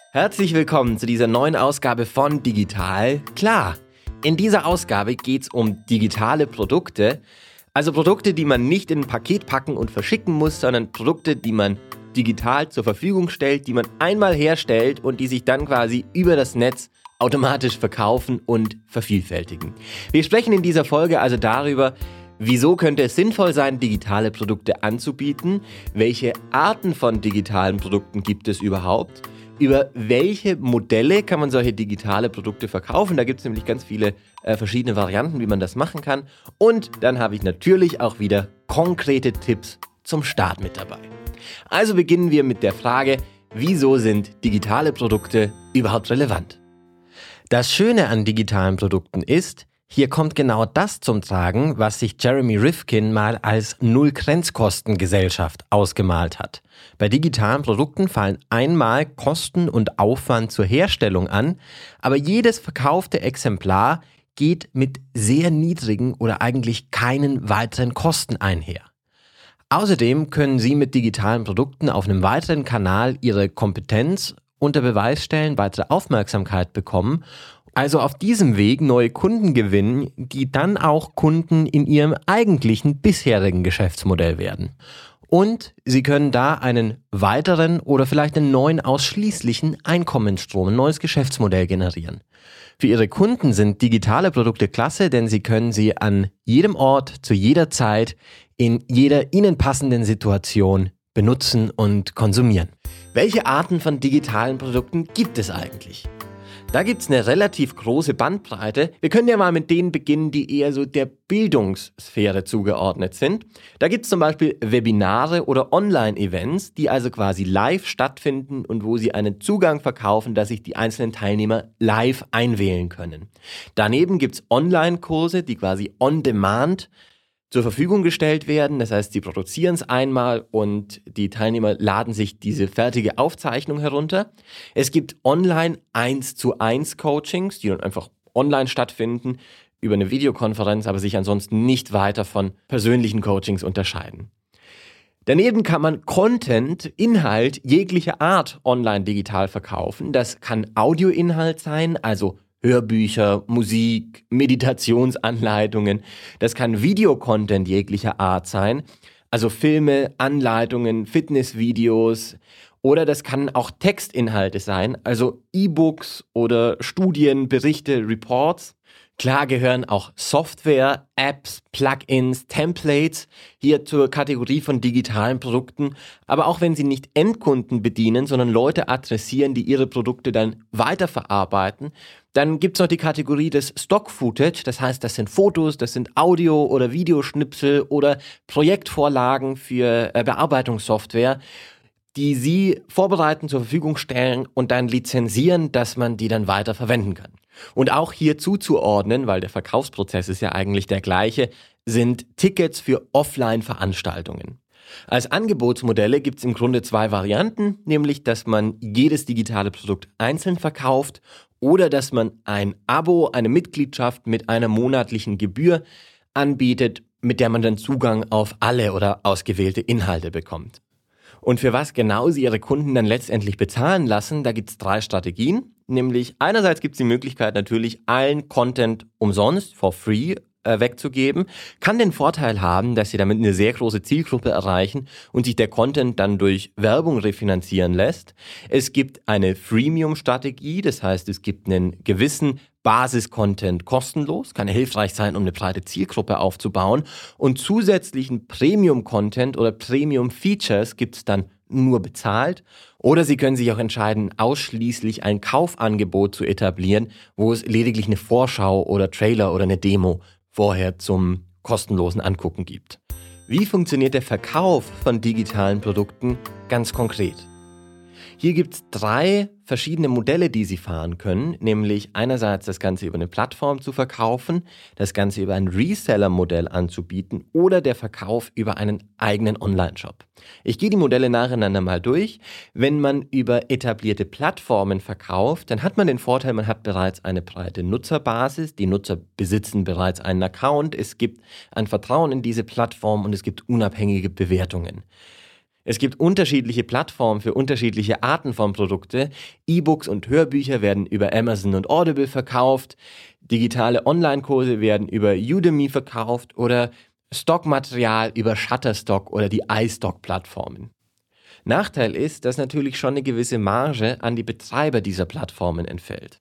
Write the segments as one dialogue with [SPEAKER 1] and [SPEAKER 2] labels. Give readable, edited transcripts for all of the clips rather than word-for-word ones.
[SPEAKER 1] Herzlich willkommen zu dieser neuen Ausgabe von Digital Klar. In dieser Ausgabe geht es um digitale Produkte, also Produkte, die man nicht in ein Paket packen und verschicken muss, sondern Produkte, die man digital zur Verfügung stellt, die man einmal herstellt und die sich dann quasi über das Netz automatisch verkaufen und vervielfältigen. Wir sprechen in dieser Folge also darüber, wieso könnte es sinnvoll sein, digitale Produkte anzubieten, welche Arten von digitalen Produkten gibt es überhaupt, über welche Modelle kann man solche digitale Produkte verkaufen. Da gibt es nämlich ganz viele verschiedene Varianten, wie man das machen kann. Und dann habe ich natürlich auch wieder konkrete Tipps zum Start mit dabei. Also beginnen wir mit der Frage, wieso sind digitale Produkte überhaupt relevant? Das Schöne an digitalen Produkten ist, hier kommt genau das zum Tragen, was sich Jeremy Rifkin mal als Null-Grenzkosten-Gesellschaft ausgemalt hat. Bei digitalen Produkten fallen einmal Kosten und Aufwand zur Herstellung an, aber jedes verkaufte Exemplar geht mit sehr niedrigen oder eigentlich keinen weiteren Kosten einher. Außerdem können Sie mit digitalen Produkten auf einem weiteren Kanal Ihre Kompetenz unter Beweis stellen, weitere Aufmerksamkeit bekommen, also auf diesem Weg neue Kunden gewinnen, die dann auch Kunden in ihrem eigentlichen bisherigen Geschäftsmodell werden. Und Sie können da einen weiteren oder vielleicht einen neuen ausschließlichen Einkommensstrom, ein neues Geschäftsmodell generieren. Für Ihre Kunden sind digitale Produkte klasse, denn Sie können sie an jedem Ort, zu jeder Zeit, in jeder Ihnen passenden Situation benutzen und konsumieren. Welche Arten von digitalen Produkten gibt es eigentlich? Da gibt es eine relativ große Bandbreite. Wir können ja mal mit denen beginnen, die eher so der Bildungssphäre zugeordnet sind. Da gibt es zum Beispiel Webinare oder Online-Events, die also quasi live stattfinden und wo Sie einen Zugang verkaufen, dass sich die einzelnen Teilnehmer live einwählen können. Daneben gibt es Online-Kurse, die quasi on demand zur Verfügung gestellt werden. Das heißt, sie produzieren es einmal und die Teilnehmer laden sich diese fertige Aufzeichnung herunter. Es gibt online 1:1 Coachings, die dann einfach online stattfinden, über eine Videokonferenz, aber sich ansonsten nicht weiter von persönlichen Coachings unterscheiden. Daneben kann man Content, Inhalt jeglicher Art online digital verkaufen. Das kann Audioinhalt sein, also Hörbücher, Musik, Meditationsanleitungen. Das kann Videocontent jeglicher Art sein, also Filme, Anleitungen, Fitnessvideos. Oder das kann auch Textinhalte sein, also E-Books oder Studien, Berichte, Reports. Klar gehören auch Software, Apps, Plugins, Templates hier zur Kategorie von digitalen Produkten. Aber auch wenn Sie nicht Endkunden bedienen, sondern Leute adressieren, die ihre Produkte dann weiterverarbeiten, dann gibt es noch die Kategorie des Stock-Footage. Das heißt, das sind Fotos, das sind Audio- oder Videoschnipsel oder Projektvorlagen für Bearbeitungssoftware, die Sie vorbereiten, zur Verfügung stellen und dann lizenzieren, dass man die dann weiter verwenden kann. Und auch hier zuzuordnen, weil der Verkaufsprozess ist ja eigentlich der gleiche, sind Tickets für Offline-Veranstaltungen. Als Angebotsmodelle gibt es im Grunde zwei Varianten, nämlich dass man jedes digitale Produkt einzeln verkauft oder dass man ein Abo, eine Mitgliedschaft mit einer monatlichen Gebühr anbietet, mit der man dann Zugang auf alle oder ausgewählte Inhalte bekommt. Und für was genau Sie Ihre Kunden dann letztendlich bezahlen lassen, da gibt es 3 Strategien. Nämlich einerseits gibt es die Möglichkeit natürlich allen Content umsonst, for free, wegzugeben. Kann den Vorteil haben, dass Sie damit eine sehr große Zielgruppe erreichen und sich der Content dann durch Werbung refinanzieren lässt. Es gibt eine Freemium-Strategie, das heißt, es gibt einen gewissen Basis-Content kostenlos, kann hilfreich sein, um eine breite Zielgruppe aufzubauen. Und zusätzlichen Premium-Content oder Premium-Features gibt es dann nur bezahlt. Oder Sie können sich auch entscheiden, ausschließlich ein Kaufangebot zu etablieren, wo es lediglich eine Vorschau oder Trailer oder eine Demo vorher zum kostenlosen Angucken gibt. Wie funktioniert der Verkauf von digitalen Produkten ganz konkret? Hier gibt es 3 verschiedene Modelle, die Sie fahren können, nämlich einerseits das Ganze über eine Plattform zu verkaufen, das Ganze über ein Reseller-Modell anzubieten oder der Verkauf über einen eigenen Online-Shop. Ich gehe die Modelle nacheinander mal durch. Wenn man über etablierte Plattformen verkauft, dann hat man den Vorteil, man hat bereits eine breite Nutzerbasis, die Nutzer besitzen bereits einen Account, es gibt ein Vertrauen in diese Plattform und es gibt unabhängige Bewertungen. Es gibt unterschiedliche Plattformen für unterschiedliche Arten von Produkte. E-Books und Hörbücher werden über Amazon und Audible verkauft. Digitale Online-Kurse werden über Udemy verkauft oder Stockmaterial über Shutterstock oder die iStock-Plattformen. Nachteil ist, dass natürlich schon eine gewisse Marge an die Betreiber dieser Plattformen entfällt.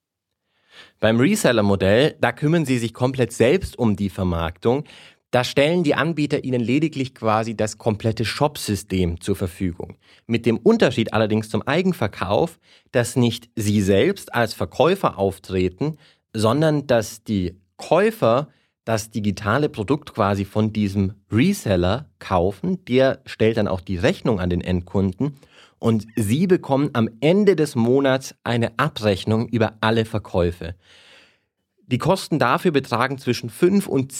[SPEAKER 1] Beim Reseller-Modell, da kümmern sie sich komplett selbst um die Vermarktung. Da stellen die Anbieter ihnen lediglich quasi das komplette Shop-System zur Verfügung. Mit dem Unterschied allerdings zum Eigenverkauf, dass nicht sie selbst als Verkäufer auftreten, sondern dass die Käufer das digitale Produkt quasi von diesem Reseller kaufen. Der stellt dann auch die Rechnung an den Endkunden und sie bekommen am Ende des Monats eine Abrechnung über alle Verkäufe. Die Kosten dafür betragen zwischen 5 und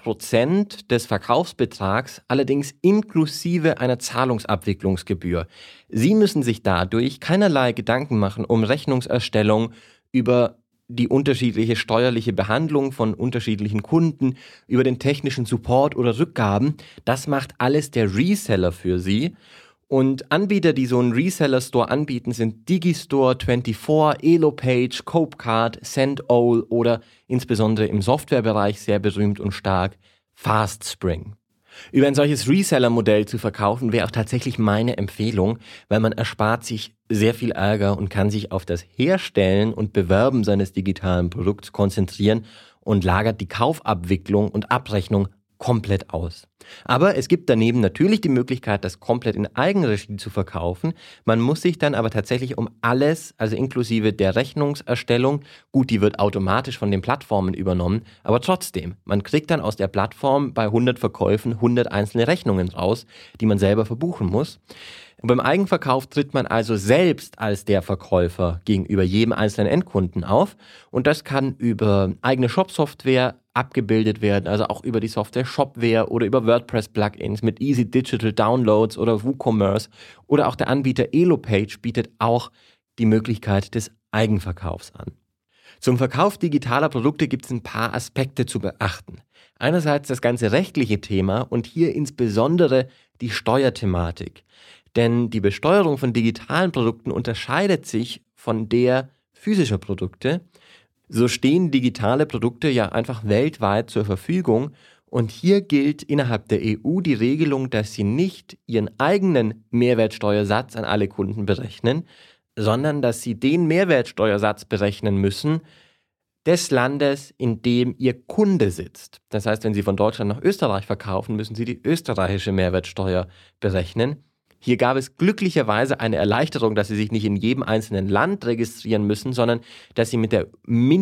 [SPEAKER 1] 10% des Verkaufsbetrags, allerdings inklusive einer Zahlungsabwicklungsgebühr. Sie müssen sich dadurch keinerlei Gedanken machen um Rechnungserstellung, über die unterschiedliche steuerliche Behandlung von unterschiedlichen Kunden, über den technischen Support oder Rückgaben. Das macht alles der Reseller für Sie. Und Anbieter, die so einen Reseller-Store anbieten, sind Digistore24, Elopage, Copecard, Sendall oder insbesondere im Softwarebereich sehr berühmt und stark FastSpring. Über ein solches Reseller-Modell zu verkaufen, wäre auch tatsächlich meine Empfehlung, weil man erspart sich sehr viel Ärger und kann sich auf das Herstellen und Bewerben seines digitalen Produkts konzentrieren und lagert die Kaufabwicklung und Abrechnung komplett aus. Aber es gibt daneben natürlich die Möglichkeit, das komplett in Eigenregie zu verkaufen. Man muss sich dann aber tatsächlich um alles, also inklusive der Rechnungserstellung, gut, die wird automatisch von den Plattformen übernommen, aber trotzdem, man kriegt dann aus der Plattform bei 100 Verkäufen 100 einzelne Rechnungen raus, die man selber verbuchen muss. Und beim Eigenverkauf tritt man also selbst als der Verkäufer gegenüber jedem einzelnen Endkunden auf und das kann über eigene Shop-Software abgebildet werden, also auch über die Software Shopware oder über WordPress-Plugins mit Easy Digital Downloads oder WooCommerce oder auch der Anbieter Elopage bietet auch die Möglichkeit des Eigenverkaufs an. Zum Verkauf digitaler Produkte gibt es ein paar Aspekte zu beachten. Einerseits das ganze rechtliche Thema und hier insbesondere die Steuerthematik. Denn die Besteuerung von digitalen Produkten unterscheidet sich von der physischer Produkte. So stehen digitale Produkte ja einfach weltweit zur Verfügung und hier gilt innerhalb der EU die Regelung, dass sie nicht ihren eigenen Mehrwertsteuersatz an alle Kunden berechnen, sondern dass sie den Mehrwertsteuersatz berechnen müssen des Landes, in dem ihr Kunde sitzt. Das heißt, wenn Sie von Deutschland nach Österreich verkaufen, müssen Sie die österreichische Mehrwertsteuer berechnen. Hier gab es glücklicherweise eine Erleichterung, dass Sie sich nicht in jedem einzelnen Land registrieren müssen, sondern dass Sie mit der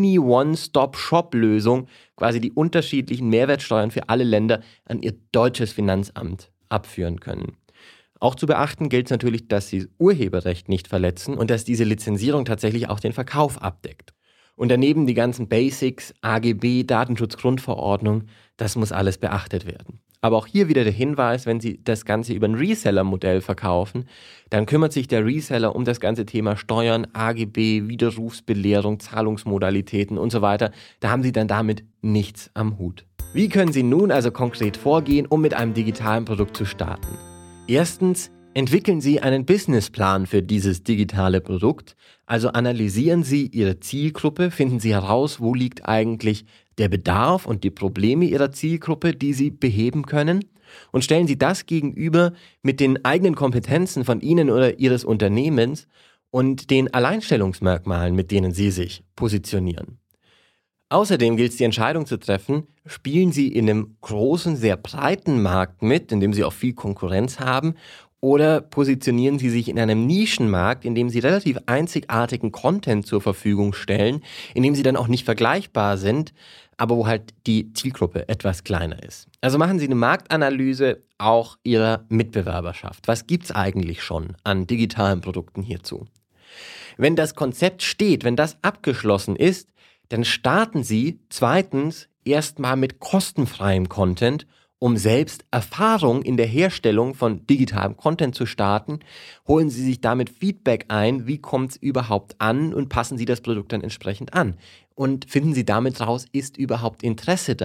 [SPEAKER 1] Mini-One-Stop-Shop-Lösung quasi die unterschiedlichen Mehrwertsteuern für alle Länder an Ihr deutsches Finanzamt abführen können. Auch zu beachten gilt natürlich, dass Sie Urheberrecht nicht verletzen und dass diese Lizenzierung tatsächlich auch den Verkauf abdeckt. Und daneben die ganzen Basics, AGB, Datenschutzgrundverordnung, das muss alles beachtet werden. Aber auch hier wieder der Hinweis, wenn Sie das Ganze über ein Reseller-Modell verkaufen, dann kümmert sich der Reseller um das ganze Thema Steuern, AGB, Widerrufsbelehrung, Zahlungsmodalitäten und so weiter. Da haben Sie dann damit nichts am Hut. Wie können Sie nun also konkret vorgehen, um mit einem digitalen Produkt zu starten? Erstens, entwickeln Sie einen Businessplan für dieses digitale Produkt. Also analysieren Sie Ihre Zielgruppe, finden Sie heraus, wo liegt eigentlich der Bedarf und die Probleme Ihrer Zielgruppe, die Sie beheben können, und stellen Sie das gegenüber mit den eigenen Kompetenzen von Ihnen oder Ihres Unternehmens und den Alleinstellungsmerkmalen, mit denen Sie sich positionieren. Außerdem gilt es, die Entscheidung zu treffen, spielen Sie in einem großen, sehr breiten Markt mit, in dem Sie auch viel Konkurrenz haben, oder positionieren Sie sich in einem Nischenmarkt, in dem Sie relativ einzigartigen Content zur Verfügung stellen, in dem Sie dann auch nicht vergleichbar sind, aber wo halt die Zielgruppe etwas kleiner ist. Also machen Sie eine Marktanalyse auch Ihrer Mitbewerberschaft. Was gibt's eigentlich schon an digitalen Produkten hierzu? Wenn das Konzept steht, wenn das abgeschlossen ist, dann starten Sie zweitens erstmal mit kostenfreiem Content, um selbst Erfahrung in der Herstellung von digitalem Content zu starten. Holen Sie sich damit Feedback ein, wie kommt es überhaupt an und passen Sie das Produkt dann entsprechend an. Und finden Sie damit raus, ist überhaupt Interesse da.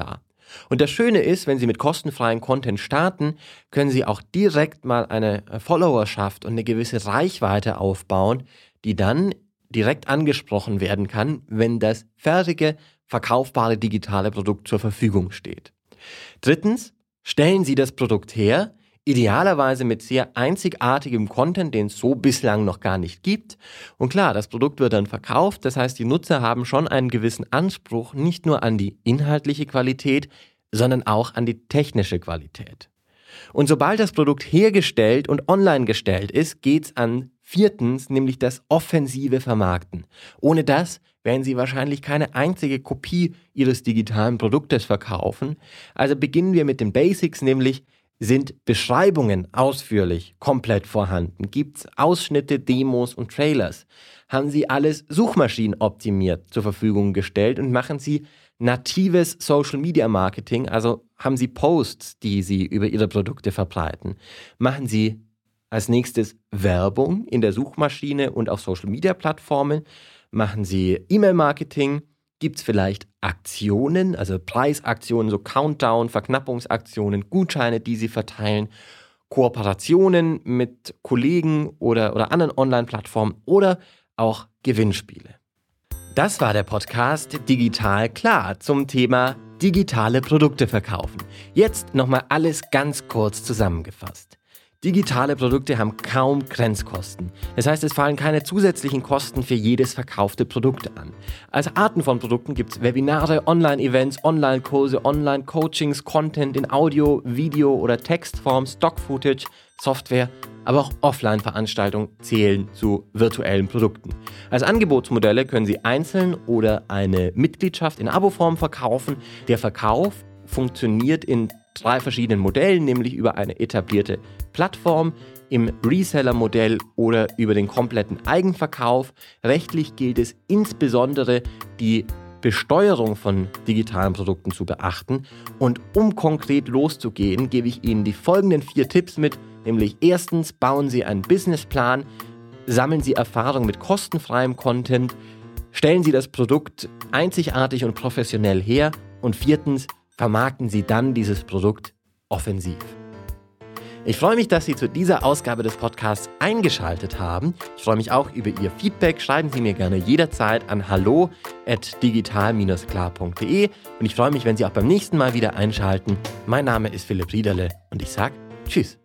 [SPEAKER 1] Und das Schöne ist, wenn Sie mit kostenfreiem Content starten, können Sie auch direkt mal eine Followerschaft und eine gewisse Reichweite aufbauen, die dann direkt angesprochen werden kann, wenn das fertige, verkaufbare digitale Produkt zur Verfügung steht. Drittens, stellen Sie das Produkt her, idealerweise mit sehr einzigartigem Content, den es so bislang noch gar nicht gibt. Und klar, das Produkt wird dann verkauft, das heißt, die Nutzer haben schon einen gewissen Anspruch, nicht nur an die inhaltliche Qualität, sondern auch an die technische Qualität. Und sobald das Produkt hergestellt und online gestellt ist, geht's an viertens, nämlich das offensive Vermarkten. Ohne das werden Sie wahrscheinlich keine einzige Kopie Ihres digitalen Produktes verkaufen. Also beginnen wir mit den Basics, nämlich sind Beschreibungen ausführlich komplett vorhanden? Gibt's Ausschnitte, Demos und Trailers? Haben Sie alles suchmaschinenoptimiert zur Verfügung gestellt und machen Sie natives Social Media Marketing, also haben Sie Posts, die Sie über Ihre Produkte verbreiten? Machen Sie als nächstes Werbung in der Suchmaschine und auf Social Media Plattformen? Machen Sie E-Mail-Marketing? Gibt es vielleicht Aktionen, also Preisaktionen, so Countdown, Verknappungsaktionen, Gutscheine, die Sie verteilen, Kooperationen mit Kollegen oder anderen Online-Plattformen oder auch Gewinnspiele? Das war der Podcast Digital Klar zum Thema digitale Produkte verkaufen. Jetzt nochmal alles ganz kurz zusammengefasst. Digitale Produkte haben kaum Grenzkosten. Das heißt, es fallen keine zusätzlichen Kosten für jedes verkaufte Produkt an. Als Arten von Produkten gibt es Webinare, Online-Events, Online-Kurse, Online-Coachings, Content in Audio, Video oder Textform, Stock-Footage, Software, aber auch Offline-Veranstaltungen zählen zu virtuellen Produkten. Als Angebotsmodelle können Sie einzeln oder eine Mitgliedschaft in Abo-Form verkaufen. Der Verkauf funktioniert in 3 verschiedenen Modellen, nämlich über eine etablierte Plattform, im Reseller-Modell oder über den kompletten Eigenverkauf. Rechtlich gilt es insbesondere, die Besteuerung von digitalen Produkten zu beachten. Und um konkret loszugehen, gebe ich Ihnen die folgenden 4 Tipps mit, nämlich erstens, bauen Sie einen Businessplan, sammeln Sie Erfahrung mit kostenfreiem Content, stellen Sie das Produkt einzigartig und professionell her und viertens, vermarkten Sie dann dieses Produkt offensiv. Ich freue mich, dass Sie zu dieser Ausgabe des Podcasts eingeschaltet haben. Ich freue mich auch über Ihr Feedback. Schreiben Sie mir gerne jederzeit an hallo@digital-klar.de und ich freue mich, wenn Sie auch beim nächsten Mal wieder einschalten. Mein Name ist Philipp Riederle und ich sage Tschüss.